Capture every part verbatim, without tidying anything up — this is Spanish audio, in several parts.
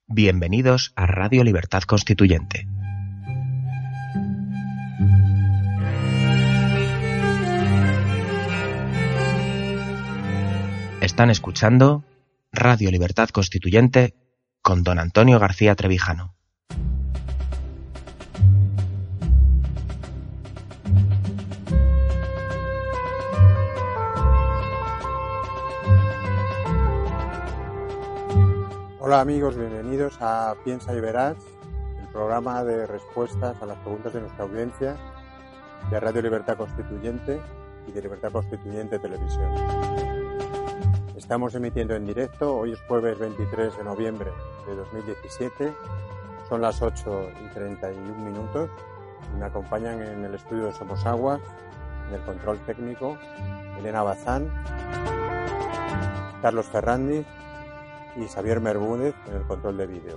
Bienvenidos a Radio Libertad Constituyente. Están escuchando Radio Libertad Constituyente con don Antonio García Trevijano. Hola amigos, bienvenidos a Piensa y Verás, el programa de respuestas a las preguntas de nuestra audiencia de Radio Libertad Constituyente y de Libertad Constituyente Televisión. Estamos emitiendo en directo, hoy es jueves veintitrés de noviembre de dos mil diecisiete, son las ocho y treinta y un minutos, me acompañan en el estudio de Somos Aguas, en el control técnico, Elena Bazán, Carlos Ferrandi y Xavier Mermúdez en el control de vídeo.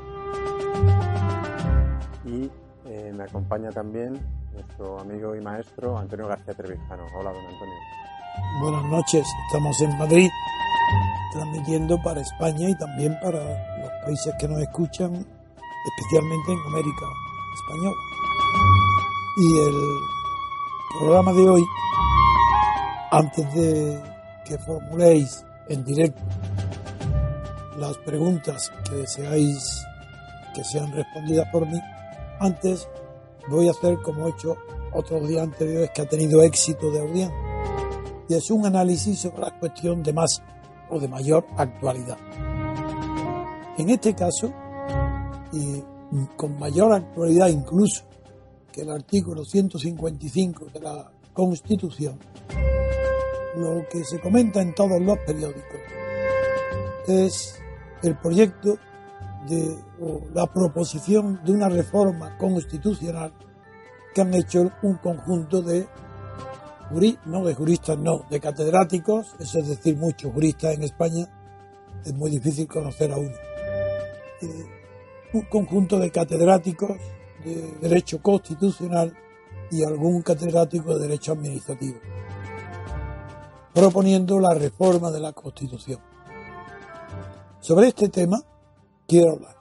Y eh, me acompaña también nuestro amigo y maestro Antonio García Trevijano. Hola, don Antonio. Buenas noches, estamos en Madrid transmitiendo para España y también para los países que nos escuchan, especialmente en América Española. Y el programa de hoy, antes de que formuléis en directo las preguntas que deseáis que sean respondidas por mí, antes voy a hacer como he hecho otros días anteriores que ha tenido éxito de audiencia, y es un análisis sobre la cuestión de más o de mayor actualidad. En este caso, y con mayor actualidad incluso que el artículo ciento cincuenta y cinco de la Constitución, lo que se comenta en todos los periódicos es el proyecto de o la proposición de una reforma constitucional que han hecho un conjunto de juristas, no de juristas, no, de catedráticos, eso es decir, muchos juristas en España, es muy difícil conocer a uno. Eh, un conjunto de catedráticos de Derecho Constitucional y algún catedrático de Derecho Administrativo, proponiendo la reforma de la Constitución. Sobre este tema quiero hablar.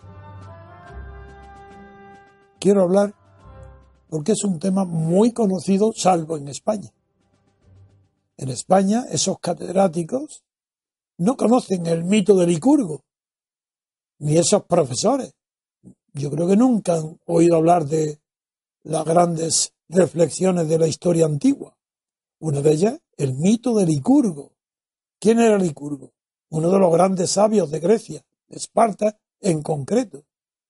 Quiero hablar porque es un tema muy conocido, salvo en España. En España, esos catedráticos no conocen el mito de Licurgo, ni esos profesores. Yo creo que nunca han oído hablar de las grandes reflexiones de la historia antigua. Una de ellas, el mito de Licurgo. ¿Quién era Licurgo? Uno de los grandes sabios de Grecia, de Esparta en concreto.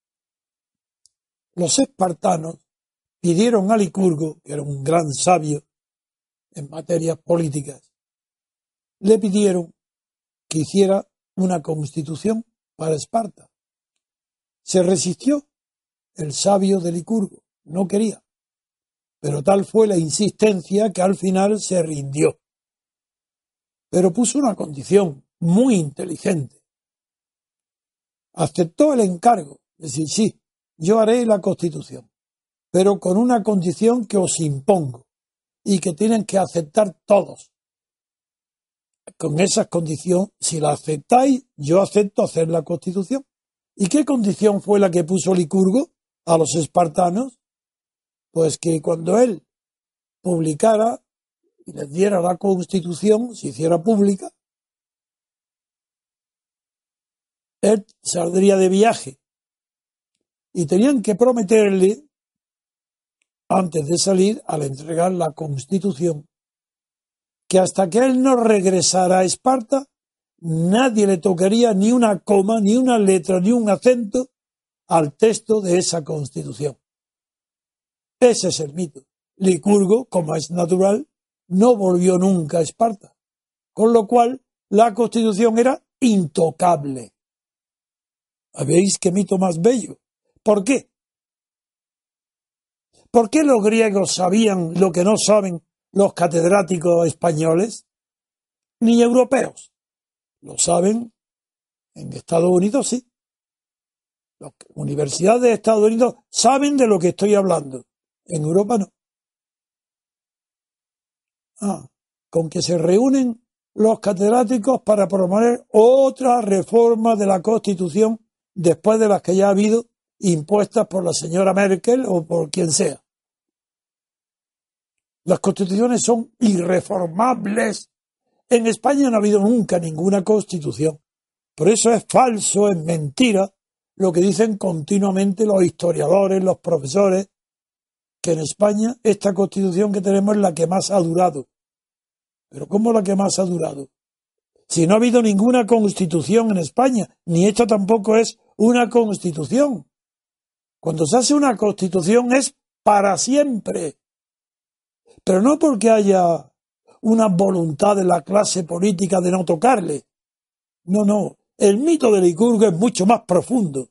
Los espartanos pidieron a Licurgo, que era un gran sabio en materias políticas, le pidieron que hiciera una constitución para Esparta. Se resistió el sabio de Licurgo, no quería, pero tal fue la insistencia que al final se rindió. Pero puso una condición muy inteligente. Aceptó el encargo, es decir, sí, yo haré la Constitución, pero con una condición que os impongo y que tienen que aceptar todos. Con esa condición, si la aceptáis, yo acepto hacer la Constitución. ¿Y qué condición fue la que puso Licurgo a los espartanos? Pues que cuando él publicara y les diera la Constitución, se hiciera pública, él saldría de viaje y tenían que prometerle, antes de salir, al entregar la Constitución, que hasta que él no regresara a Esparta, nadie le tocaría ni una coma, ni una letra, ni un acento al texto de esa Constitución. Ese es el mito. Licurgo, como es natural, no volvió nunca a Esparta, con lo cual la Constitución era intocable. ¿Veis qué mito más bello? ¿Por qué? ¿Por qué los griegos sabían lo que no saben los catedráticos españoles? Ni europeos. Lo saben en Estados Unidos, sí. Las universidades de Estados Unidos saben de lo que estoy hablando. En Europa no. Ah, con que se reúnen los catedráticos para proponer otra reforma de la Constitución después de las que ya ha habido impuestas por la señora Merkel o por quien sea. Las constituciones son irreformables. En España no ha habido nunca ninguna constitución. Por eso es falso, es mentira lo que dicen continuamente los historiadores, los profesores, que en España esta constitución que tenemos es la que más ha durado. ¿Pero cómo la que más ha durado? Si no ha habido ninguna constitución en España, ni esta tampoco es una constitución. Cuando se hace una constitución es para siempre. Pero no porque haya una voluntad de la clase política de no tocarle. No, no. El mito de Licurgo es mucho más profundo.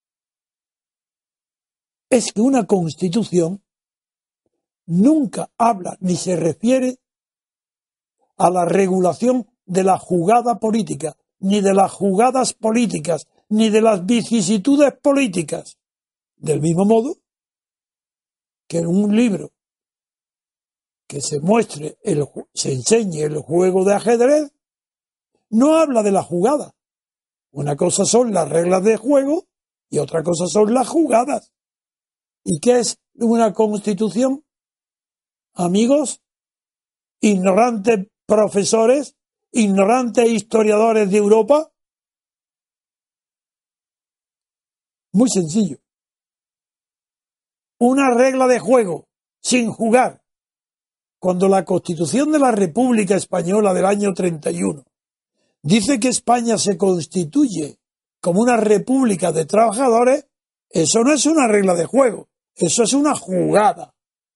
Es que una constitución nunca habla ni se refiere a la regulación de la jugada política, ni de las jugadas políticas, ni de las vicisitudes políticas. Del mismo modo que en un libro que se muestre, el, se enseñe el juego de ajedrez, no habla de la jugada. Una cosa son las reglas de juego y otra cosa son las jugadas. ¿Y qué es una constitución? Amigos, ignorantes profesores, ignorantes historiadores de Europa. Muy sencillo. Una regla de juego, sin jugar. Cuando la Constitución de la República Española del año treinta y uno dice que España se constituye como una república de trabajadores, eso no es una regla de juego, eso es una jugada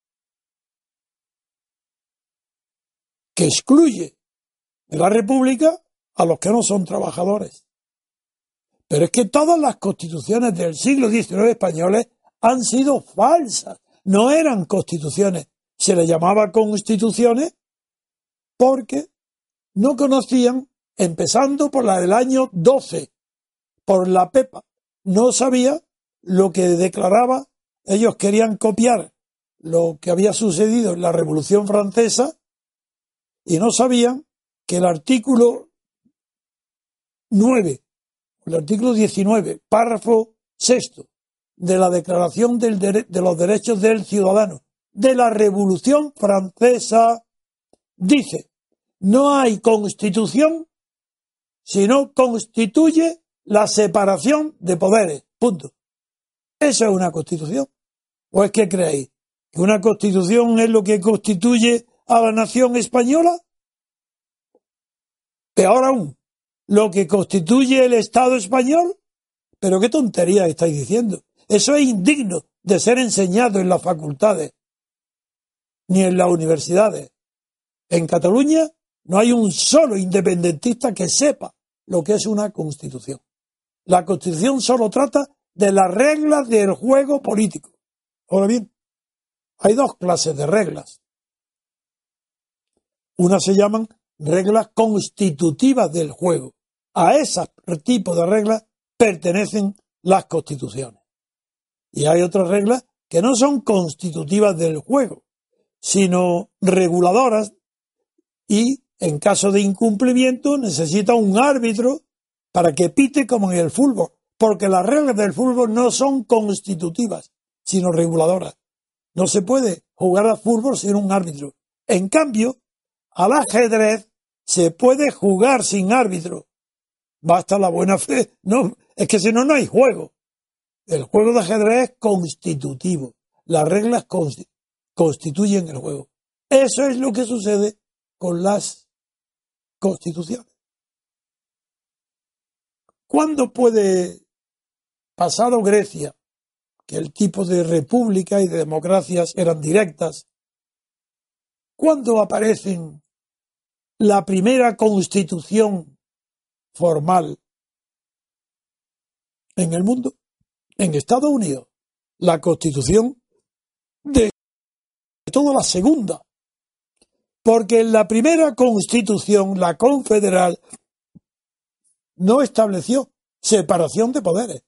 que excluye de la república a los que no son trabajadores. Pero es que todas las constituciones del siglo diecinueve españoles han sido falsas, no eran constituciones. Se les llamaba constituciones porque no conocían, empezando por la del año doce, por la Pepa. No sabía lo que declaraba. Ellos querían copiar lo que había sucedido en la Revolución Francesa y no sabían que el artículo nueve, el artículo diecinueve, párrafo sexto, de la Declaración del Dere- de los Derechos del Ciudadano de la Revolución Francesa dice: no hay constitución si no constituye la separación de poderes. Punto. ¿Eso es una constitución? ¿O es que creéis que una constitución es lo que constituye a la nación española? Peor aún, lo que constituye el Estado español. ¿Pero qué tontería estáis diciendo? Eso es indigno de ser enseñado en las facultades ni en las universidades. En Cataluña no hay un solo independentista que sepa lo que es una constitución. La constitución solo trata de las reglas del juego político. Ahora bien, hay dos clases de reglas. Una se llaman reglas constitutivas del juego. A ese tipo de reglas pertenecen las constituciones. Y hay otras reglas que no son constitutivas del juego, sino reguladoras, y en caso de incumplimiento necesita un árbitro para que pite como en el fútbol, porque las reglas del fútbol no son constitutivas, sino reguladoras. No se puede jugar al fútbol sin un árbitro. En cambio, al ajedrez se puede jugar sin árbitro. Basta la buena fe. No, es que si no, no hay juego. El juego de ajedrez es constitutivo. Las reglas consti- constituyen el juego. Eso es lo que sucede con las constituciones. ¿Cuándo puede, pasado Grecia, que el tipo de república y de democracias eran directas, cuándo aparecen la primera constitución formal en el mundo? En Estados Unidos, la constitución de toda la segunda, porque en la primera constitución, la confederal, no estableció separación de poderes.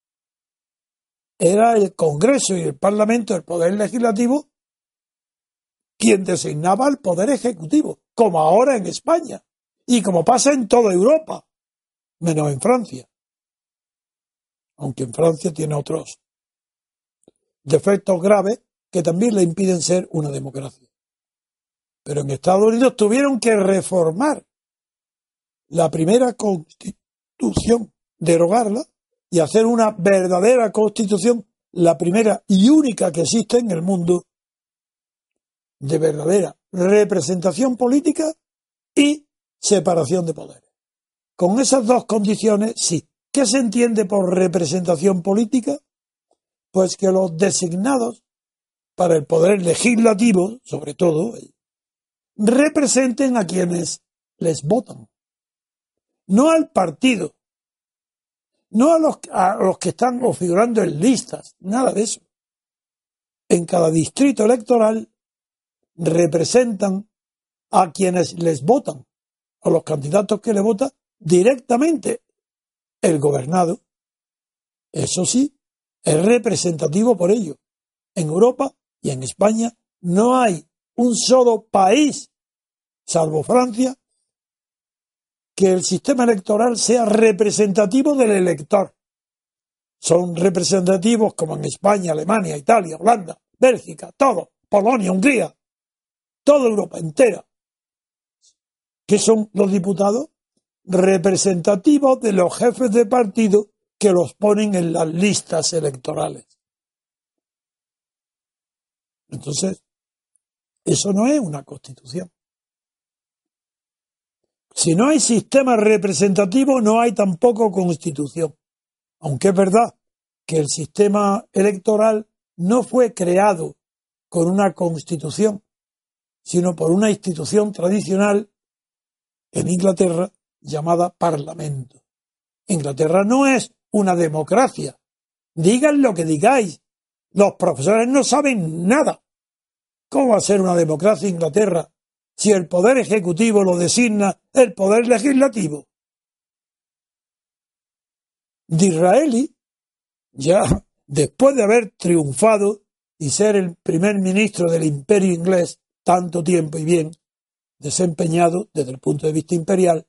Era el Congreso y el Parlamento, el poder legislativo, quien designaba al poder ejecutivo, como ahora en España, y como pasa en toda Europa, menos en Francia. aunque en Francia tiene otros defectos graves que también le impiden ser una democracia. Pero en Estados Unidos tuvieron que reformar la primera constitución, derogarla y hacer una verdadera constitución, la primera y única que existe en el mundo, de verdadera representación política y separación de poderes. Con esas dos condiciones, sí. ¿Qué se entiende por representación política? Pues que los designados para el poder legislativo, sobre todo, representen a quienes les votan. No al partido, no a los, a los que están figurando en listas, nada de eso. En cada distrito electoral representan a quienes les votan, a los candidatos que le votan directamente el gobernado. Eso sí, es representativo por ello. En Europa y en España no hay un solo país, salvo Francia, que el sistema electoral sea representativo del elector. Son representativos como en España, Alemania, Italia, Holanda, Bélgica, todo, Polonia, Hungría, toda Europa entera. ¿Qué son los diputados? Representativos de los jefes de partido que los ponen en las listas electorales. Entonces, eso no es una constitución. Si no hay sistema representativo, no hay tampoco constitución. Aunque es verdad que el sistema electoral no fue creado con una constitución, sino por una institución tradicional en Inglaterra llamada Parlamento. Inglaterra no es una democracia. Digan lo que digáis. Los profesores no saben nada. ¿Cómo va a ser una democracia Inglaterra si el poder ejecutivo lo designa el poder legislativo? Disraeli, ya después de haber triunfado y ser el primer ministro del imperio inglés tanto tiempo y bien desempeñado desde el punto de vista imperial,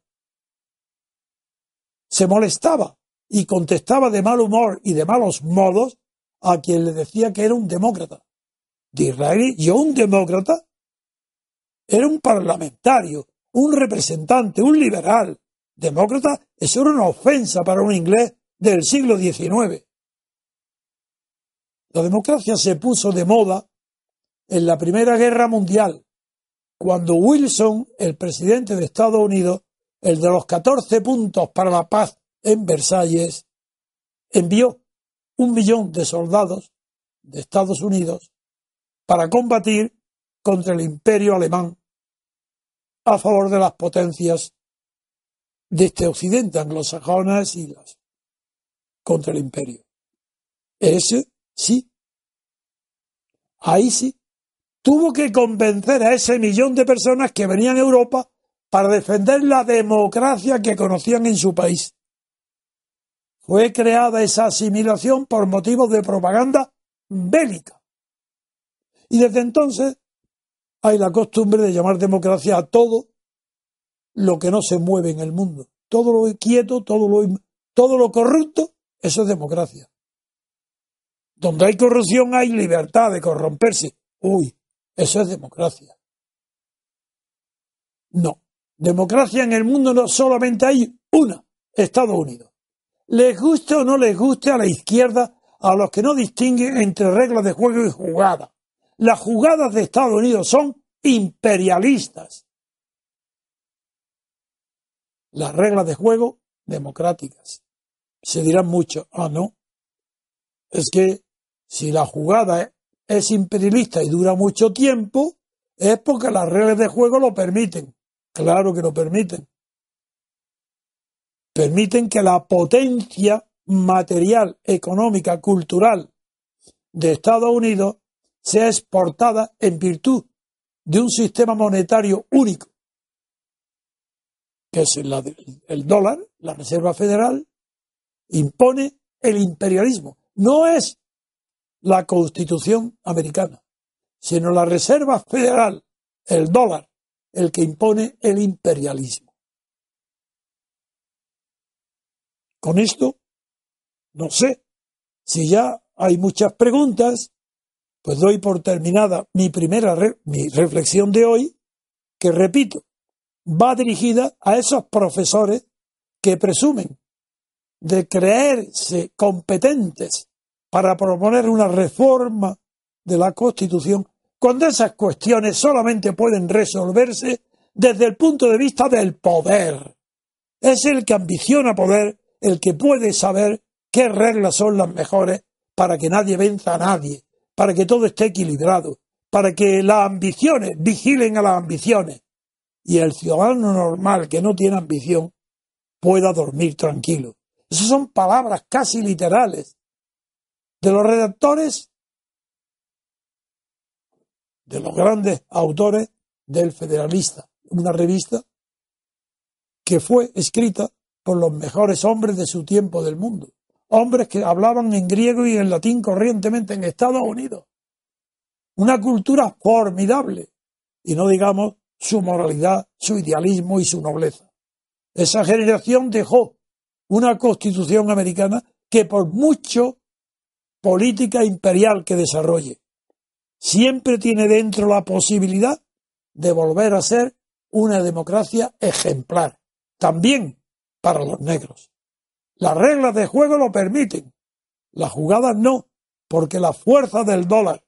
se molestaba y contestaba de mal humor y de malos modos a quien le decía que era un demócrata. Disraeli, yo un demócrata, era un parlamentario, un representante, un liberal. Demócrata, eso era una ofensa para un inglés del siglo diecinueve. La democracia se puso de moda en la Primera Guerra Mundial, cuando Wilson, el presidente de Estados Unidos, el de los catorce puntos para la paz en Versalles, envió un millón de soldados de Estados Unidos para combatir contra el imperio alemán a favor de las potencias de este occidente, anglosajonas y las contra el imperio. Ese sí, ahí sí, tuvo que convencer a ese millón de personas que venían a Europa para defender la democracia que conocían en su país. Fue creada esa asimilación por motivos de propaganda bélica. Y desde entonces hay la costumbre de llamar democracia a todo lo que no se mueve en el mundo. Todo lo quieto, todo lo, todo lo corrupto, eso es democracia. Donde hay corrupción hay libertad de corromperse. Uy, eso es democracia. No. Democracia en el mundo no solamente hay una, Estados Unidos. Les guste o no les guste a la izquierda, a los que no distinguen entre reglas de juego y jugadas. Las jugadas de Estados Unidos son imperialistas. Las reglas de juego, democráticas. Se dirán mucho, ah, no. Es que si la jugada es imperialista y dura mucho tiempo, es porque las reglas de juego lo permiten. Claro que lo permiten. Permiten que la potencia material, económica, cultural de Estados Unidos sea exportada en virtud de un sistema monetario único, que es el, el dólar, la Reserva Federal, impone el imperialismo. No es la Constitución americana, sino la Reserva Federal, el dólar, el que impone el imperialismo. Con esto No sé. Si ya hay muchas preguntas, pues doy por terminada mi primera re- mi reflexión de hoy, que repito, va dirigida a esos profesores que presumen de creerse competentes para proponer una reforma de la Constitución, cuando esas cuestiones solamente pueden resolverse desde el punto de vista del poder. Es el que ambiciona poder el que puede saber qué reglas son las mejores para que nadie venza a nadie, para que todo esté equilibrado, para que las ambiciones vigilen a las ambiciones y el ciudadano normal que no tiene ambición pueda dormir tranquilo. Esas son palabras casi literales de los redactores, de los grandes autores del Federalista, una revista que fue escrita por los mejores hombres de su tiempo del mundo. Hombres que hablaban en griego y en latín corrientemente en Estados Unidos. Una cultura formidable. Y no digamos su moralidad, su idealismo y su nobleza. Esa generación dejó una constitución americana que por mucho política imperial que desarrolle, siempre tiene dentro la posibilidad de volver a ser una democracia ejemplar. También para los negros. Las reglas de juego lo permiten, las jugadas no, porque la fuerza del dólar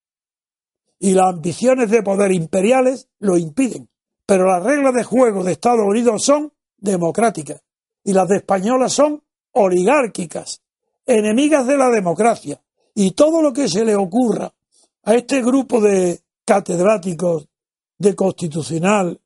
y las ambiciones de poder imperiales lo impiden. Pero las reglas de juego de Estados Unidos son democráticas y las de Española son oligárquicas, enemigas de la democracia. Y todo lo que se le ocurra a este grupo de catedráticos de constitucional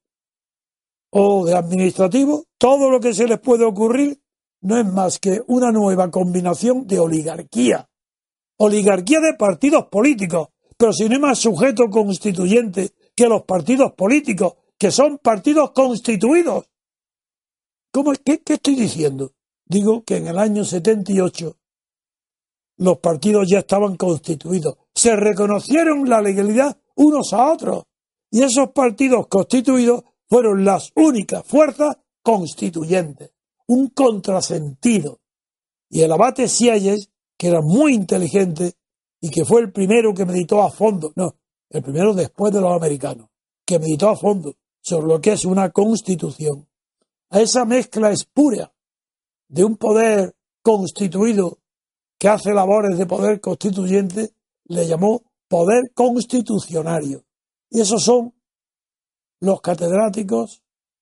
o de administrativo, todo lo que se les puede ocurrir no es más que una nueva combinación de oligarquía. Oligarquía de partidos políticos, pero si no hay más sujeto constituyente que los partidos políticos, que son partidos constituidos. ¿Cómo, qué, ¿Qué estoy diciendo? Digo que en el año setenta y ocho los partidos ya estaban constituidos. Se reconocieron la legalidad unos a otros. Y esos partidos constituidos fueron las únicas fuerzas constituyentes. Un contrasentido. Y el abate Sieyes, que era muy inteligente y que fue el primero que meditó a fondo, no, el primero después de los americanos, que meditó a fondo sobre lo que es una constitución. A esa mezcla espúrea de un poder constituido que hace labores de poder constituyente, le llamó poder constitucionario. Y esos son los catedráticos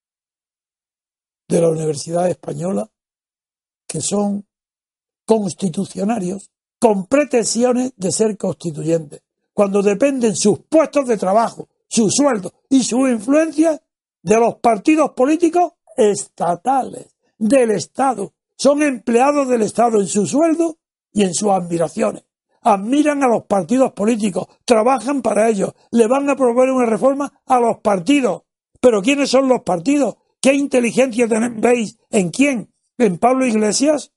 de la Universidad Española, que son constitucionarios, con pretensiones de ser constituyentes, cuando dependen sus puestos de trabajo, sus sueldos y su influencia de los partidos políticos estatales, del Estado. Son empleados del Estado en su sueldo y en sus admiraciones. Admiran a los partidos políticos, trabajan para ellos, le van a proponer una reforma a los partidos. ¿Pero quiénes son los partidos? ¿Qué inteligencia veis? ¿En quién? ¿En Pablo Iglesias?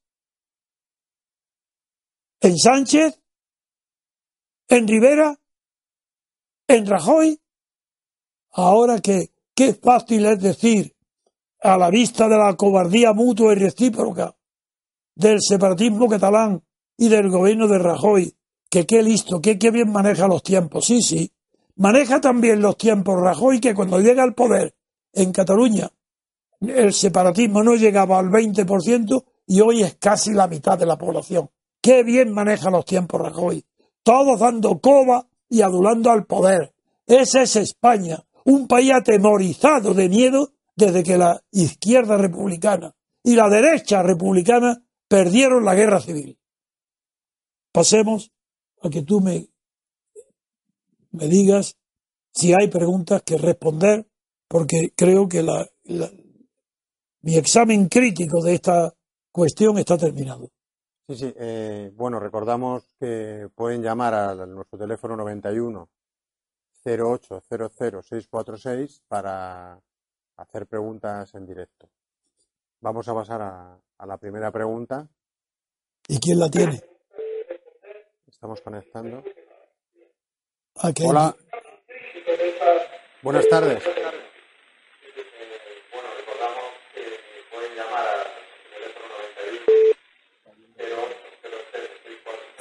¿En Sánchez? ¿En Rivera? ¿En Rajoy? Ahora que qué fácil es decir, a la vista de la cobardía mutua y recíproca del separatismo catalán y del gobierno de Rajoy, que qué listo, que qué bien maneja los tiempos. Sí, sí, maneja también los tiempos Rajoy, que cuando llega al poder en Cataluña el separatismo no llegaba al veinte por ciento y hoy es casi la mitad de la población. Qué bien maneja los tiempos Rajoy, todos dando coba y adulando al poder. Esa es España, un país atemorizado de miedo desde que la izquierda republicana y la derecha republicana perdieron la guerra civil. Pasemos a que tú me, me digas si hay preguntas que responder, porque creo que la, la, mi examen crítico de esta cuestión está terminado. Sí, sí. Eh, bueno, recordamos que pueden llamar a nuestro teléfono noventa y uno cero ocho cero cero seis cuatro seis para hacer preguntas en directo. Vamos a pasar a, a la primera pregunta. ¿Y quién la tiene? Estamos conectando. Aquel... Hola. Buenas tardes. Bueno, recordamos que pueden llamar al teléfono noventa y uno cero ocho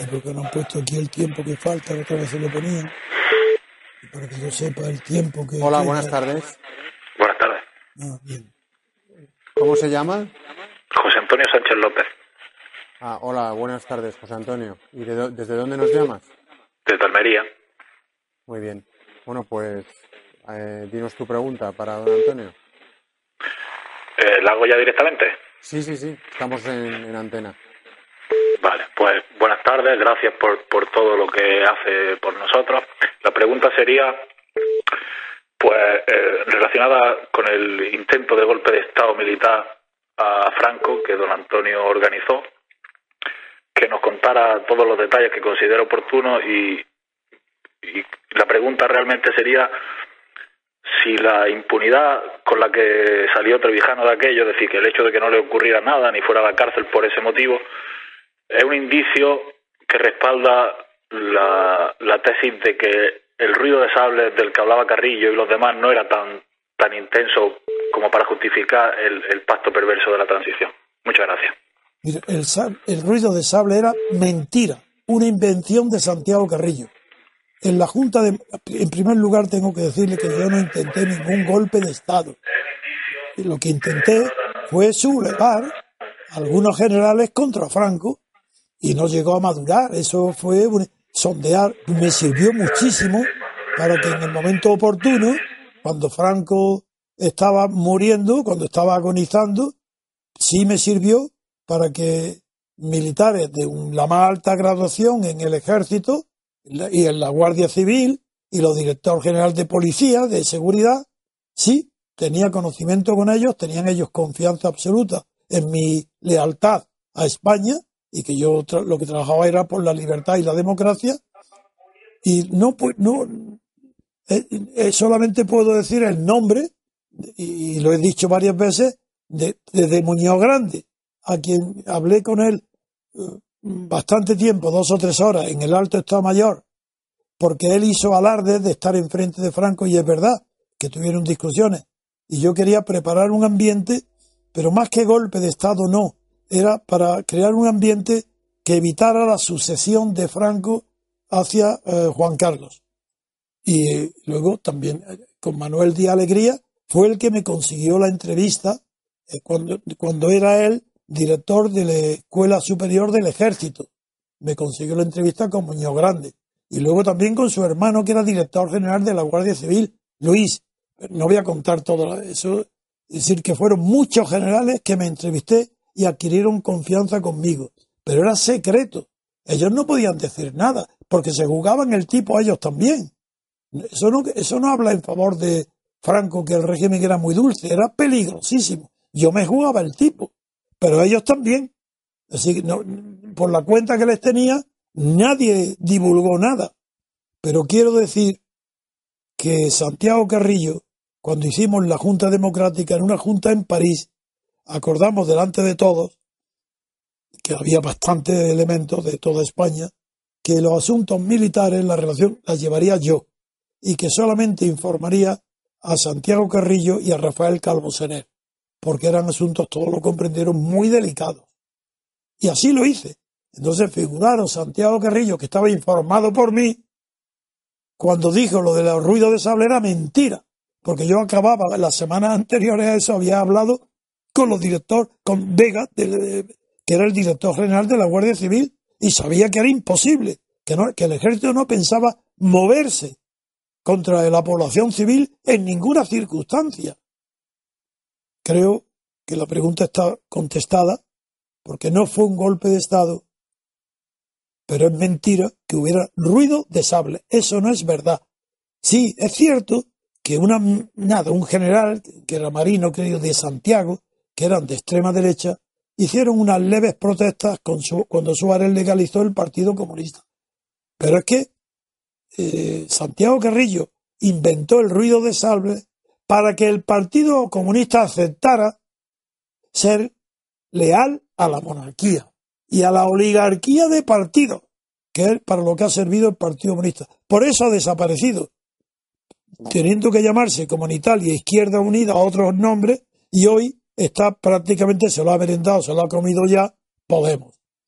y porque no han puesto aquí el tiempo que falta, otra vez se lo ponían, y para que yo sepa el tiempo que... Hola, queda. buenas tardes. Buenas tardes. Ah, bien. ¿Cómo se llama? José Antonio Sánchez López, Ah, hola, buenas tardes, José Antonio. ¿Y de do- desde dónde nos llamas? desde Almería. Muy bien. Bueno, pues eh, dinos tu pregunta para don Antonio. Eh, ¿La hago ya directamente? Sí, sí, sí, estamos en, en antena. Vale, pues buenas tardes, gracias por, por todo lo que hace por nosotros. La pregunta sería, pues, eh, relacionada con el intento de golpe de Estado militar a Franco que don Antonio organizó, que nos contara todos los detalles que considera oportuno y, y la pregunta realmente sería si la impunidad con la que salió Trevijano de aquello, es decir, que el hecho de que no le ocurriera nada ni fuera a la cárcel por ese motivo, es un indicio que respalda la, la tesis de que el ruido de sables del que hablaba Carrillo y los demás no era tan tan intenso como para justificar el, el pacto perverso de la transición. Muchas gracias. Mira, el, sab- el ruido de sable era mentira, una invención de Santiago Carrillo. En la Junta de... En primer lugar tengo que decirle que yo no intenté ningún golpe de Estado. Y lo que intenté fue sublevar a algunos generales contra Franco y no llegó a madurar. Eso fue un- sondear. Me sirvió muchísimo para que en el momento oportuno, cuando Franco estaba muriendo, cuando estaba agonizando, sí me sirvió para que militares de un- la más alta graduación en el ejército y en la Guardia Civil y los directores generales de policía, de seguridad, sí, tenía conocimiento con ellos, tenían ellos confianza absoluta en mi lealtad a España y que yo tra- lo que trabajaba era por la libertad y la democracia. Y no, pues, no, eh, eh, solamente puedo decir el nombre, y, y lo he dicho varias veces, de, de, de Muñoz Grande, a quien hablé con él eh, bastante tiempo, dos o tres horas, en el Alto Estado Mayor, porque él hizo alarde de estar enfrente de Franco, y es verdad que tuvieron discusiones, y yo quería preparar un ambiente, pero más que golpe de Estado no, era para crear un ambiente que evitara la sucesión de Franco hacia eh, Juan Carlos. Y eh, luego también eh, con Manuel Díaz Alegría fue el que me consiguió la entrevista eh, cuando, cuando era él director de la Escuela Superior del Ejército. Me consiguió la entrevista con Muñoz Grande. Y luego también con su hermano, que era director general de la Guardia Civil, Luis. No voy a contar todo eso. Es decir, que fueron muchos generales que me entrevisté y adquirieron confianza conmigo. Pero era secreto. Ellos no podían decir nada, porque se jugaban el tipo a ellos también. Eso no, eso no habla en favor de Franco, que el régimen era muy dulce, era peligrosísimo. Yo me jugaba el tipo, pero ellos también. Así que no, por la cuenta que les tenía, nadie divulgó nada. Pero quiero decir que Santiago Carrillo, cuando hicimos la Junta Democrática, en una junta en París, acordamos delante de todos, que había bastantes elementos de toda España, que los asuntos militares, la relación, las llevaría yo, y que solamente informaría a Santiago Carrillo y a Rafael Calvo Sener, porque eran asuntos, todos lo comprendieron, muy delicados. Y así lo hice. Entonces figuraros Santiago Carrillo, que estaba informado por mí, cuando dijo lo de los ruidos de sable era mentira, porque yo acababa, las semanas anteriores a eso había hablado con los directores, con Vega, de, de, que era el director general de la Guardia Civil, y sabía que era imposible, que, no, que el ejército no pensaba moverse contra la población civil en ninguna circunstancia. Creo que la pregunta está contestada, porque no fue un golpe de Estado, pero es mentira que hubiera ruido de sable. Eso no es verdad. Sí, es cierto que una, nada, un general, que era marino, creo, de Santiago, que eran de extrema derecha, hicieron unas leves protestas con su, cuando Suárez legalizó el Partido Comunista. Pero es que eh, Santiago Carrillo inventó el ruido de sable para que el Partido Comunista aceptara ser leal a la monarquía y a la oligarquía de partidos, que es para lo que ha servido el Partido Comunista. Por eso ha desaparecido, teniendo que llamarse, como en Italia, Izquierda Unida, otros nombres, y hoy está prácticamente, se lo ha merendado, se lo ha comido ya Podemos.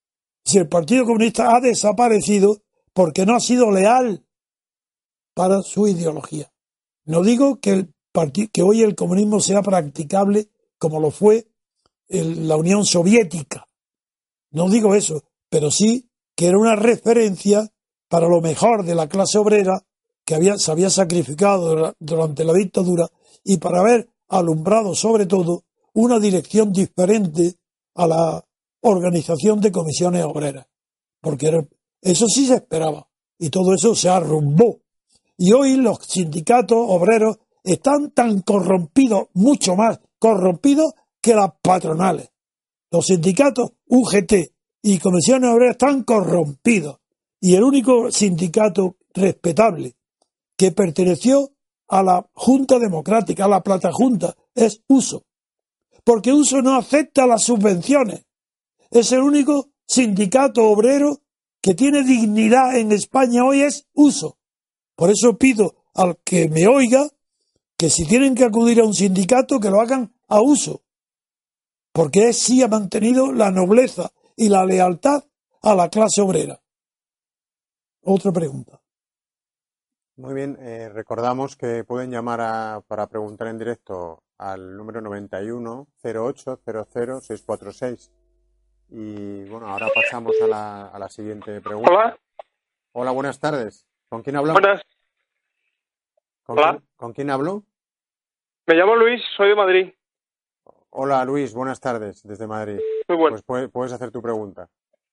Si el Partido Comunista ha desaparecido porque no ha sido leal para su ideología. No digo que, el partid- que hoy el comunismo sea practicable como lo fue en la Unión Soviética. No digo eso, pero sí que era una referencia para lo mejor de la clase obrera que había, se había sacrificado durante la dictadura y para haber alumbrado sobre todo una dirección diferente a la organización de comisiones obreras. Porque era, eso sí se esperaba y todo eso se arrumbó. Y hoy los sindicatos obreros están tan corrompidos, mucho más corrompidos que las patronales. Los sindicatos U G T y comisiones obreras están corrompidos. Y el único sindicato respetable que perteneció a la Junta Democrática, a la Plata Junta, es U S O. Porque U S O no acepta las subvenciones. Es el único sindicato obrero que tiene dignidad en España hoy, es U S O. Por eso pido al que me oiga que si tienen que acudir a un sindicato, que lo hagan a U S O. Porque él sí ha mantenido la nobleza y la lealtad a la clase obrera. Otra pregunta. Muy bien, eh, recordamos que pueden llamar a, para preguntar en directo al número noventa y uno, cero ocho cero cero, seis cuatro seis. Y bueno, ahora pasamos a la, a la siguiente pregunta. Hola. Hola, buenas tardes. ¿Con quién hablamos? Buenas. ¿Con Hola. quién, ¿Con quién hablo? Me llamo Luis, soy de Madrid. Hola, Luis, buenas tardes, desde Madrid. Muy bueno. Pues puedes, puedes hacer tu pregunta.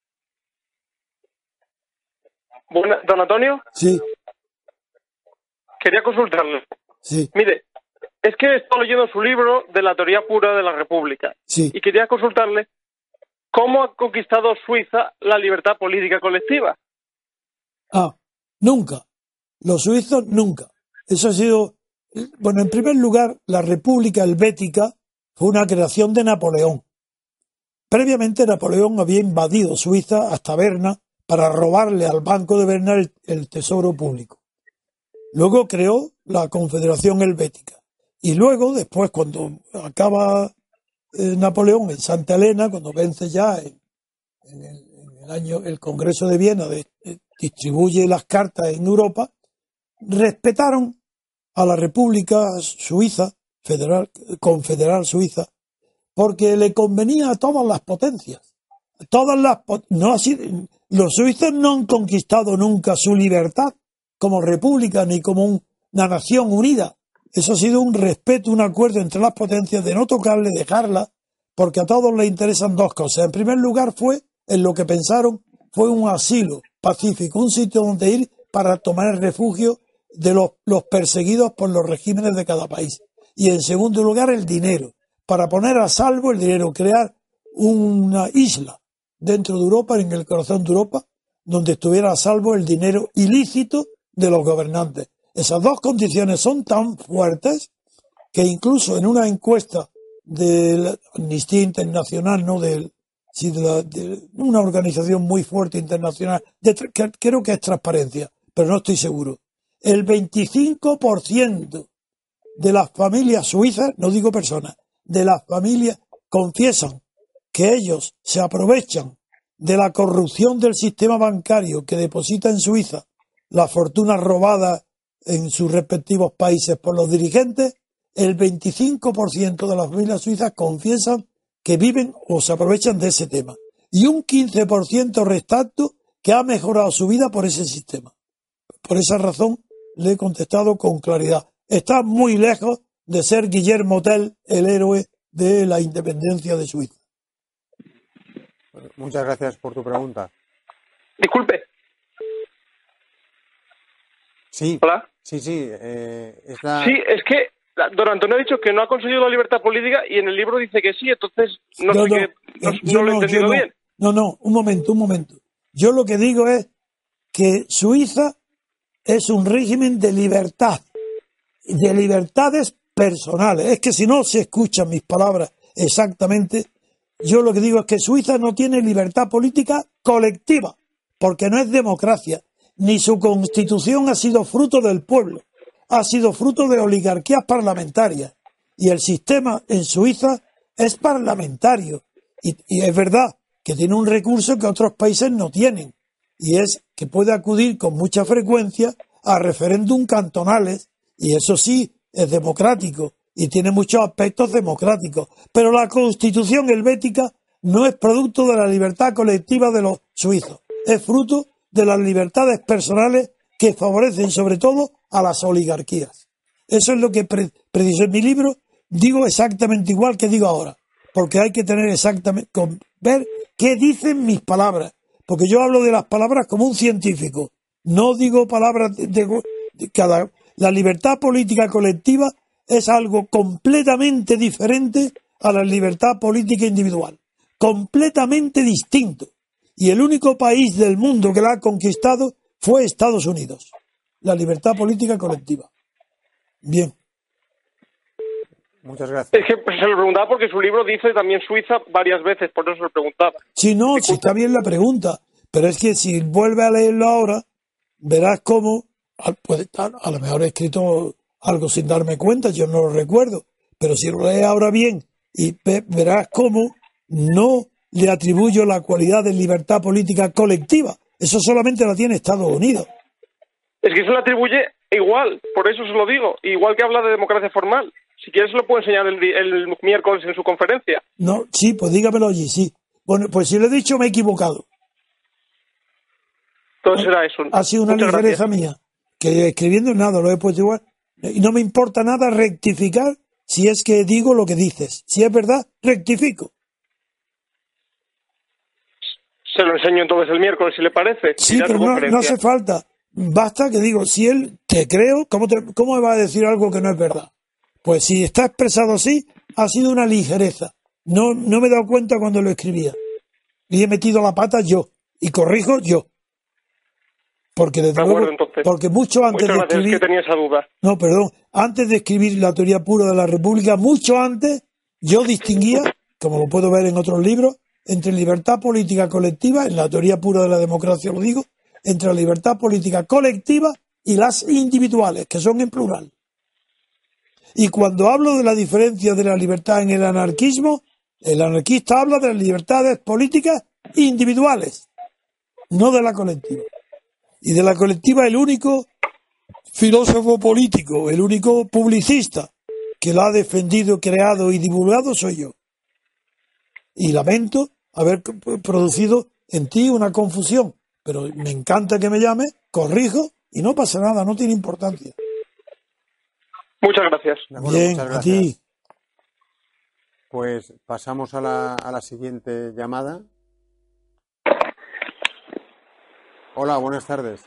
Buena, don Antonio, Sí, quería consultarle. sí, Mire, es que estoy leyendo su libro de la teoría pura de la República sí. y quería consultarle cómo ha conquistado Suiza la libertad política colectiva. Ah, nunca. Los suizos nunca. Eso ha sido, bueno, en primer lugar, la República Helvética fue una creación de Napoleón. Previamente Napoleón había invadido Suiza hasta Berna para robarle al Banco de Berna el, el tesoro público. Luego creó la Confederación Helvética. Y luego, después, cuando acaba eh, Napoleón en Santa Elena, cuando vence ya en, en, el, en el año el Congreso de Viena, de, de, distribuye las cartas en Europa, respetaron a la República Suiza, federal, confederal Suiza, porque le convenía a todas las potencias. Todas las no así, los suizos no han conquistado nunca su libertad como república ni como un, una nación unida. Eso ha sido un respeto, un acuerdo entre las potencias de no tocarle, dejarla, porque a todos les interesan dos cosas. En primer lugar fue, en lo que pensaron, fue un asilo pacífico, un sitio donde ir para tomar el refugio de los, los perseguidos por los regímenes de cada país. Y en segundo lugar, el dinero, para poner a salvo el dinero, crear una isla dentro de Europa, en el corazón de Europa, donde estuviera a salvo el dinero ilícito de los gobernantes. Esas dos condiciones son tan fuertes que incluso en una encuesta de la Amnistía Internacional, no de, sí, de, la, de una organización muy fuerte internacional, de, que, creo que es Transparencia, pero no estoy seguro, el veinticinco por ciento de las familias suizas, no digo personas, de las familias confiesan que ellos se aprovechan de la corrupción del sistema bancario que deposita en Suiza las fortunas robadas en sus respectivos países por los dirigentes. El veinticinco por ciento de las familias suizas confiesan que viven o se aprovechan de ese tema. Y un quince por ciento restante que ha mejorado su vida por ese sistema. Por esa razón le he contestado con claridad. Está muy lejos de ser Guillermo Tell el héroe de la independencia de Suiza. Muchas gracias por tu pregunta. Disculpe. Sí. Hola. Sí, sí. Eh, es la... Sí, es que don Antonio ha dicho que no ha conseguido la libertad política y en el libro dice que sí, entonces no, no sé no, qué, no, eh, no lo he no, entendido no, bien. No, no, un momento, un momento. Yo lo que digo es que Suiza es un régimen de libertad, de libertades personales. Es que si no se escuchan mis palabras exactamente, yo lo que digo es que Suiza no tiene libertad política colectiva, porque no es democracia, ni su constitución ha sido fruto del pueblo, ha sido fruto de oligarquías parlamentarias, y el sistema en Suiza es parlamentario, y, y es verdad que tiene un recurso que otros países no tienen, y es que puede acudir con mucha frecuencia a referéndum cantonales, y eso sí es democrático y tiene muchos aspectos democráticos, pero la Constitución helvética no es producto de la libertad colectiva de los suizos, es fruto de las libertades personales que favorecen sobre todo a las oligarquías. Eso es lo que pre- predice en mi libro, digo exactamente igual que digo ahora, porque hay que tener exactamente, con, ver qué dicen mis palabras, porque yo hablo de las palabras como un científico, no digo palabras de, de, de cada... La libertad política colectiva es algo completamente diferente a la libertad política individual, completamente distinto. Y el único país del mundo que la ha conquistado fue Estados Unidos, la libertad política colectiva. Bien. Muchas gracias. Es que pues, se lo preguntaba porque su libro dice también Suiza varias veces, por eso se lo preguntaba. Sí, no, sí está bien la pregunta, pero es que si vuelve a leerlo ahora, verás cómo, puede estar, a lo mejor he escrito algo sin darme cuenta, yo no lo recuerdo, pero si lo lees ahora bien, y ve, verás cómo no le atribuyo la cualidad de libertad política colectiva, eso solamente la tiene Estados Unidos. Es que se lo atribuye igual, por eso se lo digo, igual que habla de democracia formal. Si quieres se lo puedo enseñar el, el miércoles en su conferencia. No, sí, pues dígamelo allí, sí. Bueno, pues si lo he dicho me he equivocado. Entonces será eso. Ha sido una Muchas ligereza gracias. mía, que escribiendo nada, lo he puesto igual. Y no me importa nada rectificar si es que digo lo que dices. Si es verdad, rectifico. Se lo enseño entonces el miércoles, si le parece. Sí, pero no, no hace falta. Basta que digo, si él te creo, ¿cómo, te, ¿cómo me va a decir algo que no es verdad? Pues si está expresado así, ha sido una ligereza. No, no me he dado cuenta cuando lo escribía. Y he metido la pata yo. Y corrijo yo. Porque desde De acuerdo, luego, entonces. porque mucho antes Muchas de gracias, escribir... es que tenía esa duda. No, perdón. Antes de escribir la teoría pura de la República, mucho antes, yo distinguía, como lo puedo ver en otros libros, entre libertad política colectiva, en la teoría pura de la democracia lo digo, entre la libertad política colectiva y las individuales, que son en plural. Y cuando hablo de la diferencia de la libertad en el anarquismo, el anarquista habla de las libertades políticas individuales, no de la colectiva. Y de la colectiva el único filósofo político, el único publicista que la ha defendido, creado y divulgado soy yo. Y lamento haber producido en ti una confusión, pero me encanta que me llames, corrijo y no pasa nada, no tiene importancia. Muchas gracias. De acuerdo, Bien, muchas a gracias. ti. Pues pasamos a la, a la siguiente llamada. Hola, buenas tardes.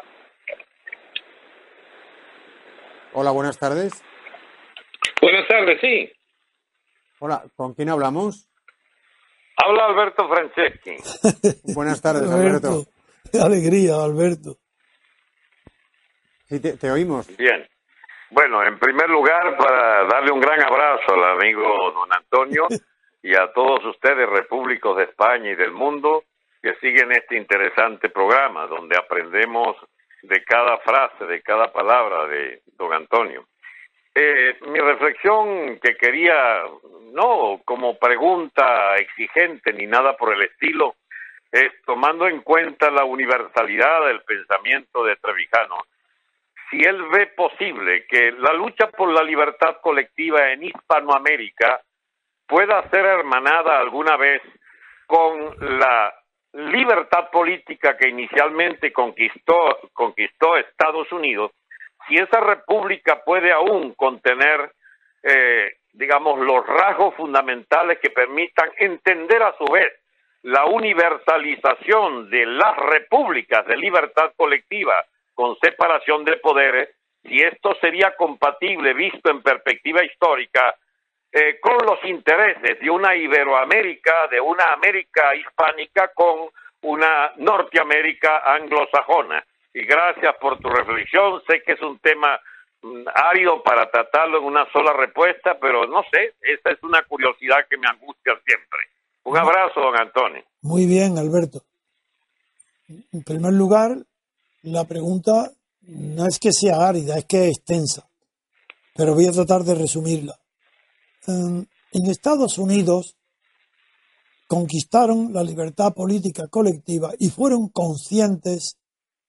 Hola, buenas tardes. Buenas tardes, sí. Hola, ¿con quién hablamos? Habla Alberto Franceschi. Buenas tardes, Alberto. Qué alegría, Alberto. Sí, te, te oímos. Bien. Bueno, en primer lugar, para darle un gran abrazo al amigo don Antonio y a todos ustedes, repúblicos de España y del mundo, que siguen este interesante programa, donde aprendemos de cada frase, de cada palabra de don Antonio. Eh, mi reflexión que quería, no como pregunta exigente ni nada por el estilo, es tomando en cuenta la universalidad del pensamiento de Trevijano, si él ve posible que la lucha por la libertad colectiva en Hispanoamérica pueda ser hermanada alguna vez con la libertad política que inicialmente conquistó, conquistó Estados Unidos, si esa república puede aún contener, eh, digamos, los rasgos fundamentales que permitan entender a su vez la universalización de las repúblicas de libertad colectiva con separación de poderes, si esto sería compatible, visto en perspectiva histórica, eh, con los intereses de una Iberoamérica, de una América hispánica con una Norteamérica anglosajona. Y gracias por tu reflexión. Sé que es un tema mm, árido para tratarlo en una sola respuesta, pero no sé, esa es una curiosidad que me angustia siempre. Un abrazo, don Antonio. Muy bien, Alberto. En primer lugar, la pregunta no es que sea árida, es que es extensa, pero voy a tratar de resumirla. En Estados Unidos, conquistaron la libertad política colectiva y fueron conscientes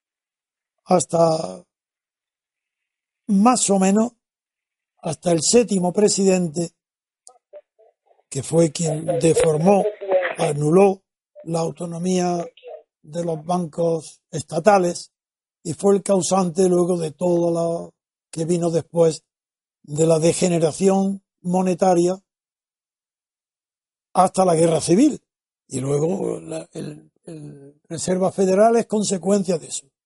hasta más o menos hasta el séptimo presidente, que fue quien deformó, anuló la autonomía de los bancos estatales y fue el causante luego de todo lo que vino después de la degeneración monetaria hasta la guerra civil. Y luego la, el, el Reserva Federal es consecuencia de eso,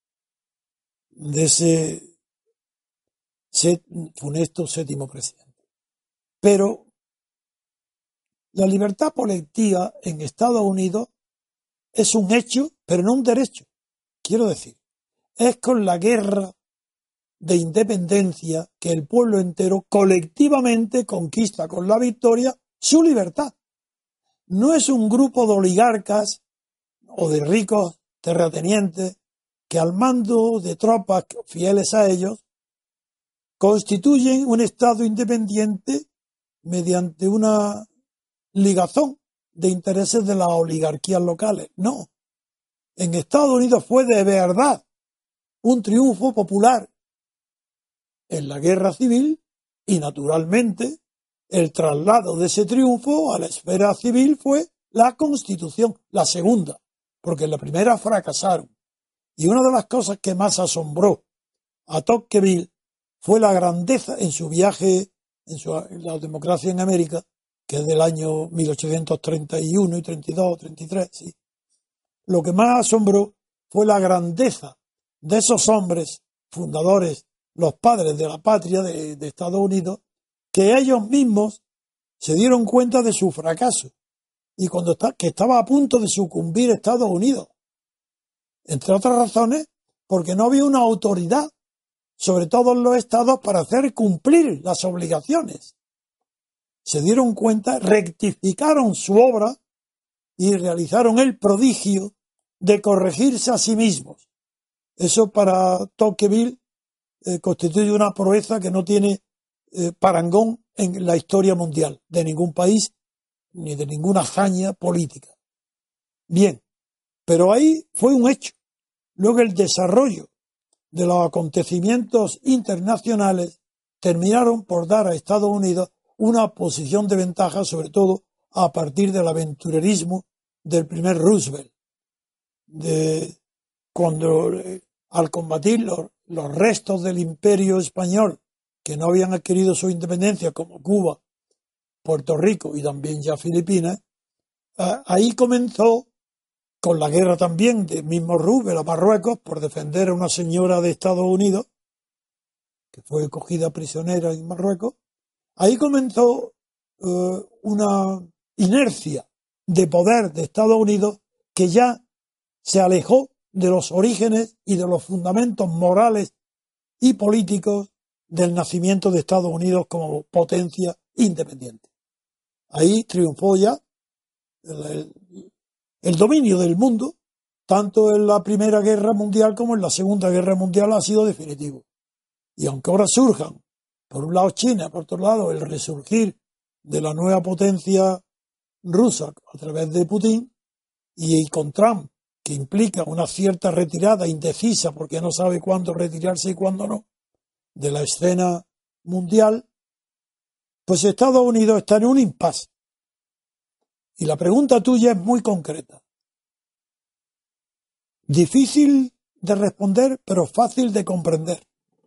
de ese set, funesto séptimo presidente. Pero la libertad colectiva en Estados Unidos es un hecho, pero no un derecho. Quiero decir, es con la guerra de independencia que el pueblo entero colectivamente conquista con la victoria su libertad. No es un grupo de oligarcas o de ricos terratenientes que al mando de tropas fieles a ellos constituyen un Estado independiente mediante una ligazón de intereses de las oligarquías locales. No. En Estados Unidos fue de verdad un triunfo popular en la guerra civil y, naturalmente, el traslado de ese triunfo a la esfera civil fue la Constitución, la segunda, porque en la primera fracasaron. Y una de las cosas que más asombró a Tocqueville fue la grandeza en su viaje en, su, en la democracia en América, que es del año mil ochocientos treinta y uno y treinta y dos, treinta y tres, sí. Lo que más asombró fue la grandeza de esos hombres fundadores, los padres de la patria de, de Estados Unidos, que ellos mismos se dieron cuenta de su fracaso y cuando está, que estaba a punto de sucumbir Estados Unidos. Entre otras razones, porque no había una autoridad sobre todos los estados para hacer cumplir las obligaciones. Se dieron cuenta, rectificaron su obra y realizaron el prodigio de corregirse a sí mismos. Eso para Tocqueville eh, constituye una proeza que no tiene eh, parangón en la historia mundial, de ningún país, ni de ninguna hazaña política. Bien, pero ahí fue un hecho. Luego el desarrollo de los acontecimientos internacionales terminaron por dar a Estados Unidos una posición de ventaja, sobre todo a partir del aventurerismo del primer Roosevelt, de cuando eh, al combatir los, los restos del imperio español que no habían adquirido su independencia, como Cuba, Puerto Rico y también ya Filipinas, eh, ahí comenzó con la guerra también del mismo Roosevelt a Marruecos por defender a una señora de Estados Unidos que fue cogida prisionera en Marruecos. Ahí comenzó uh, una inercia de poder de Estados Unidos que ya se alejó de los orígenes y de los fundamentos morales y políticos del nacimiento de Estados Unidos como potencia independiente. Ahí triunfó ya el, el, el dominio del mundo, tanto en la Primera Guerra Mundial como en la Segunda Guerra Mundial ha sido definitivo. Y aunque ahora surjan, por un lado China, por otro lado el resurgir de la nueva potencia rusa a través de Putin, y con Trump, que implica una cierta retirada indecisa porque no sabe cuándo retirarse y cuándo no, de la escena mundial, pues Estados Unidos está en un impasse. Y la pregunta tuya es muy concreta. Difícil de responder, pero fácil de comprender.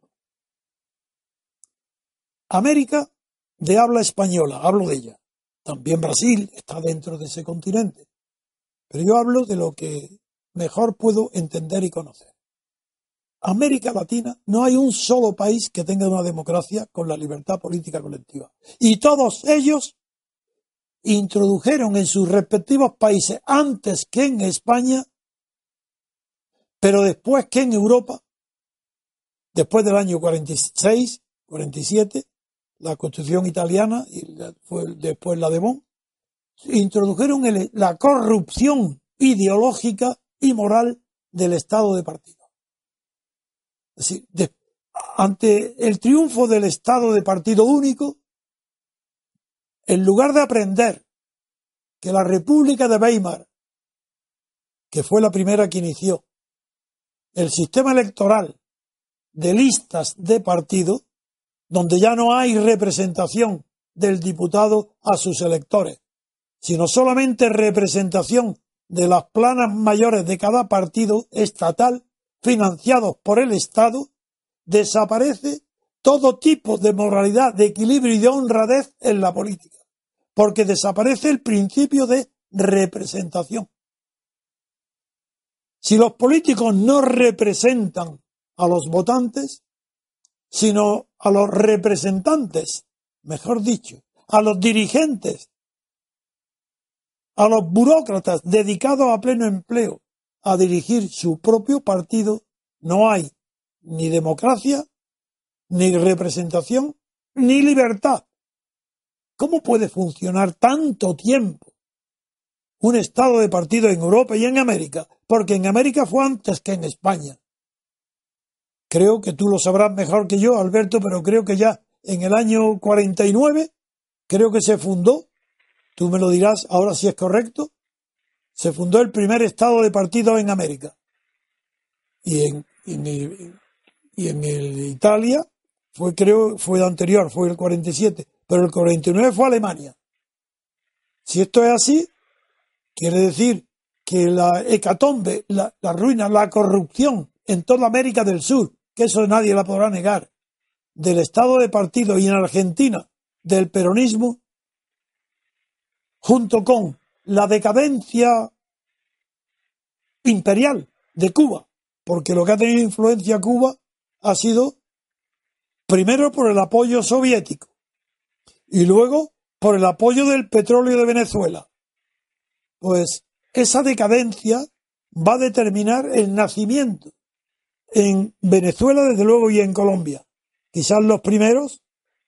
América de habla española, hablo de ella. También Brasil está dentro de ese continente. Pero yo hablo de lo que mejor puedo entender y conocer. América Latina no hay un solo país que tenga una democracia con la libertad política colectiva. Y todos ellos introdujeron en sus respectivos países, antes que en España, pero después que en Europa, después del año cuarenta y seis, cuarenta y siete, la Constitución italiana y fue después la de Bonn, introdujeron el, la corrupción ideológica y moral del Estado de partido. Es decir, de, ante el triunfo del Estado de partido único, en lugar de aprender que la República de Weimar, que fue la primera que inició el sistema electoral de listas de partido, donde ya no hay representación del diputado a sus electores, sino solamente representación de las planas mayores de cada partido estatal financiados por el Estado, desaparece todo tipo de moralidad, de equilibrio y de honradez en la política, porque desaparece el principio de representación. Si los políticos no representan a los votantes, sino a los representantes, mejor dicho, a los dirigentes, a los burócratas dedicados a pleno empleo a dirigir su propio partido, no hay ni democracia, ni representación, ni libertad. ¿Cómo puede funcionar tanto tiempo un estado de partido en Europa y en América? Porque en América fue antes que en España. Creo que tú lo sabrás mejor que yo, Alberto, pero creo que ya en el año cuarenta y nueve, creo que se fundó, tú me lo dirás ahora si es correcto, se fundó el primer estado de partido en América. Y en, en, el, y en el Italia fue, creo, fue el anterior, fue el cuarenta y siete, pero el cuarenta y nueve fue Alemania. Si esto es así, quiere decir que la hecatombe, la, la ruina, la corrupción en toda América del Sur, que eso nadie la podrá negar, del estado de partido y en Argentina del peronismo, junto con la decadencia imperial de Cuba, porque lo que ha tenido influencia Cuba ha sido primero por el apoyo soviético y luego por el apoyo del petróleo de Venezuela. Pues esa decadencia va a determinar el nacimiento en Venezuela, desde luego, y en Colombia. Quizás los primeros.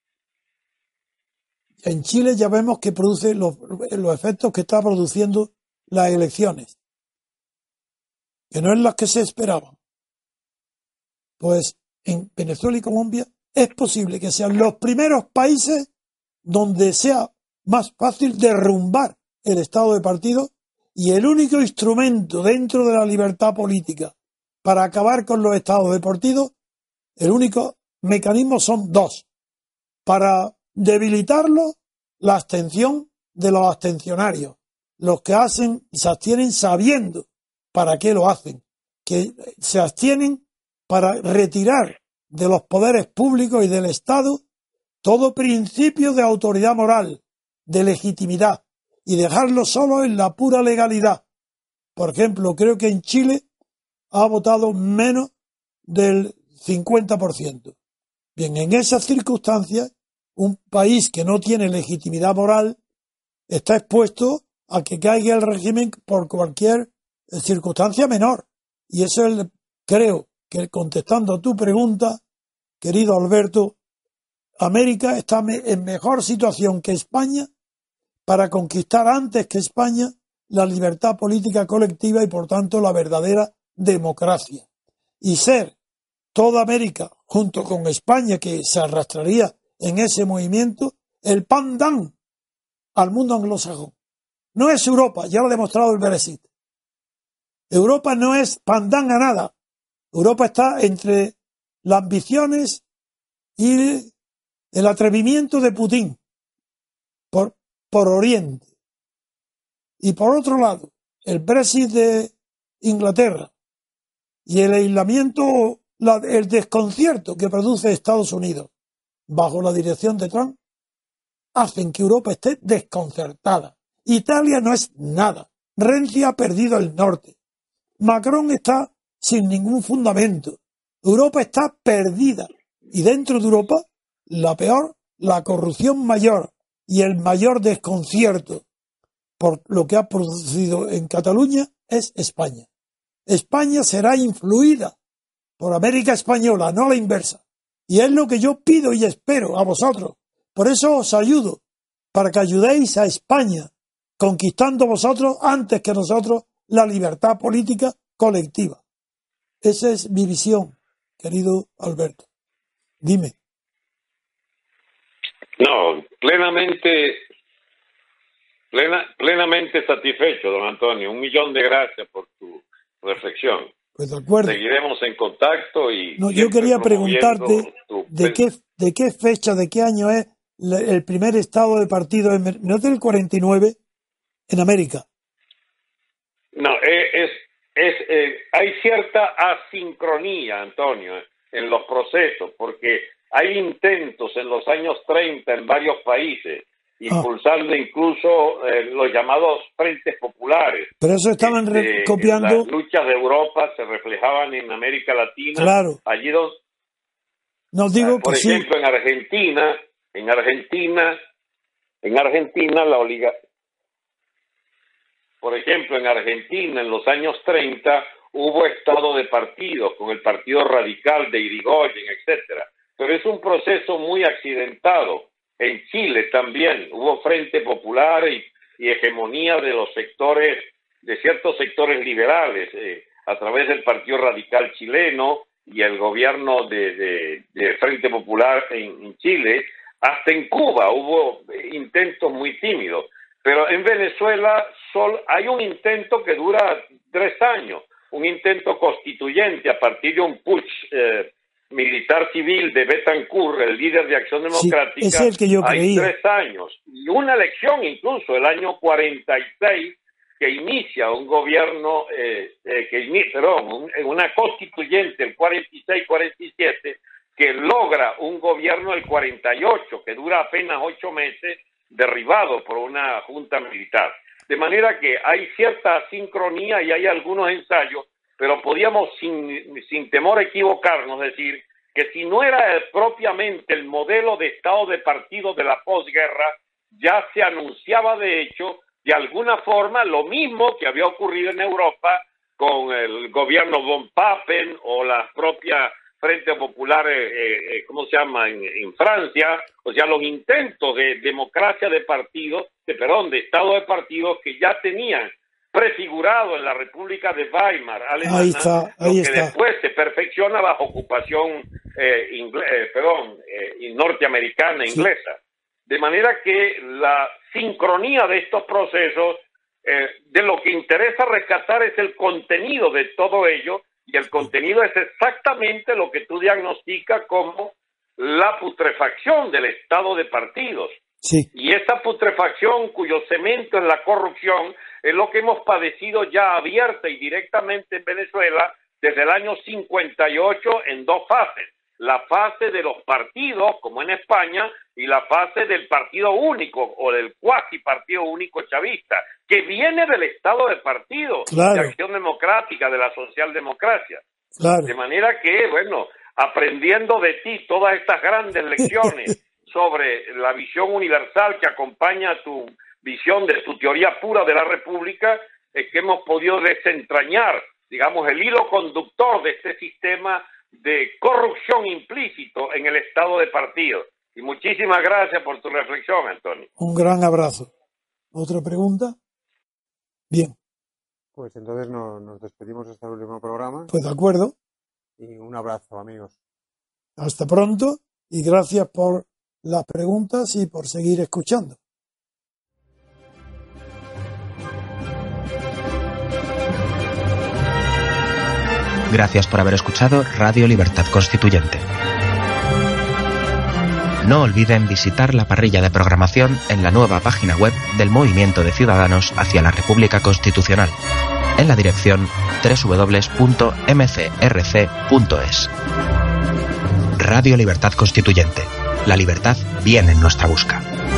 En Chile ya vemos que produce los, los efectos que está produciendo las elecciones, que no es las que se esperaban. Pues en Venezuela y Colombia es posible que sean los primeros países donde sea más fácil derrumbar el estado de partido, y el único instrumento dentro de la libertad política para acabar con los estados de partido, el único mecanismo son dos. Para debilitarlo, la abstención de los abstencionarios, los que hacen, se abstienen sabiendo para qué lo hacen, que se abstienen para retirar de los poderes públicos y del Estado todo principio de autoridad moral, de legitimidad, y dejarlo solo en la pura legalidad. Por ejemplo, creo que en Chile ha votado menos del cincuenta por ciento. Bien, en esas circunstancias, un país que no tiene legitimidad moral está expuesto a que caiga el régimen por cualquier circunstancia menor. Y eso es, creo que contestando a tu pregunta, querido Alberto, América está en mejor situación que España para conquistar antes que España la libertad política colectiva y por tanto la verdadera democracia. Y ser toda América, junto con España, que se arrastraría en ese movimiento, el pandan al mundo anglosajón. No es Europa, ya lo ha demostrado el Brexit. Europa no es pandan a nada. Europa está entre las ambiciones y el atrevimiento de Putin por, por Oriente. Y por otro lado, el Brexit de Inglaterra y el aislamiento, la, el desconcierto que produce Estados Unidos bajo la dirección de Trump, hacen que Europa esté desconcertada. Italia no es nada. Renzi ha perdido el norte. Macron está sin ningún fundamento. Europa está perdida. Y dentro de Europa, la peor, la corrupción mayor y el mayor desconcierto por lo que ha producido en Cataluña es España. España será influida por América Española, no la inversa. Y es lo que yo pido y espero a vosotros. Por eso os ayudo, para que ayudéis a España, conquistando vosotros antes que nosotros la libertad política colectiva. Esa es mi visión, querido Alberto. Dime. No, plenamente, Plena, plenamente satisfecho, don Antonio. Un millón de gracias por tu reflexión. Pues de acuerdo. Seguiremos en contacto y... No, yo quería preguntarte tu... de qué de qué fecha, de qué año es el primer estado de partido, ¿no es del cuarenta y nueve en América? No, es, es, es eh, hay cierta asincronía, Antonio, en los procesos, porque hay intentos en los años treinta en varios países, impulsando ah. incluso eh, los llamados frentes populares. Pero eso estaban este, copiando... Las luchas de Europa se reflejaban en América Latina. Claro. Allí donde... No digo Por que ejemplo, sí. en Argentina, en Argentina, en Argentina la oliga... Por ejemplo, en Argentina, en los años treinta, hubo estado de partidos, con el Partido Radical de Irigoyen, etcétera. Pero es un proceso muy accidentado. En Chile también hubo Frente Popular y, y hegemonía de los sectores, de ciertos sectores liberales, eh, a través del Partido Radical chileno y el gobierno de, de, de Frente Popular en, en Chile. Hasta en Cuba hubo intentos muy tímidos. Pero en Venezuela solo hay un intento que dura tres años, un intento constituyente a partir de un putsch eh, militar civil de Betancourt, el líder de Acción Democrática. Sí, es el que yo hay creía. tres años. Y una elección incluso, el año cuarenta y seis, que inicia un gobierno, eh, eh, que inicia, perdón, un, una constituyente, el cuarenta y seis cuarenta y siete, que logra un gobierno el cuarenta y ocho, que dura apenas ocho meses, derribado por una junta militar. De manera que hay cierta sincronía y hay algunos ensayos, pero podíamos sin, sin temor a equivocarnos decir que si no era propiamente el modelo de estado de partido de la posguerra, ya se anunciaba de hecho de alguna forma lo mismo que había ocurrido en Europa con el gobierno von Papen o la propia Frente Popular, eh, eh, ¿cómo se llama?, en, en Francia. O sea, los intentos de democracia de partidos, de, perdón, de estado de partidos que ya tenían prefigurado en la República de Weimar, alemana, ahí está, ahí lo que está. después se perfecciona bajo ocupación eh, ingle, eh, perdón, eh, norteamericana, inglesa. Sí. De manera que la sincronía de estos procesos, eh, de lo que interesa rescatar es el contenido de todo ello, y el contenido es exactamente lo que tú diagnosticas como la putrefacción del estado de partidos. Sí. Y esa putrefacción, cuyo cemento es la corrupción, es lo que hemos padecido ya abierta y directamente en Venezuela desde el año cincuenta y ocho en dos fases. La fase de los partidos, como en España, y la fase del partido único o del cuasi partido único chavista, que viene del estado de partido, claro, de Acción Democrática, de la socialdemocracia. Claro. De manera que, bueno, aprendiendo de ti todas estas grandes lecciones sobre la visión universal que acompaña tu visión de tu teoría pura de la República, es que hemos podido desentrañar, digamos, el hilo conductor de este sistema de corrupción implícito en el estado de partido. Y muchísimas gracias por tu reflexión, Antonio. Un gran abrazo. ¿Otra pregunta? Bien. Pues entonces no, nos despedimos de este último programa. Pues de acuerdo. Y un abrazo, amigos. Hasta pronto y gracias por las preguntas y por seguir escuchando. Gracias por haber escuchado Radio Libertad Constituyente. No olviden visitar la parrilla de programación en la nueva página web del Movimiento de Ciudadanos hacia la República Constitucional, en la dirección doble u doble u doble u punto m c r c punto es. Radio Libertad Constituyente. La libertad viene en nuestra busca.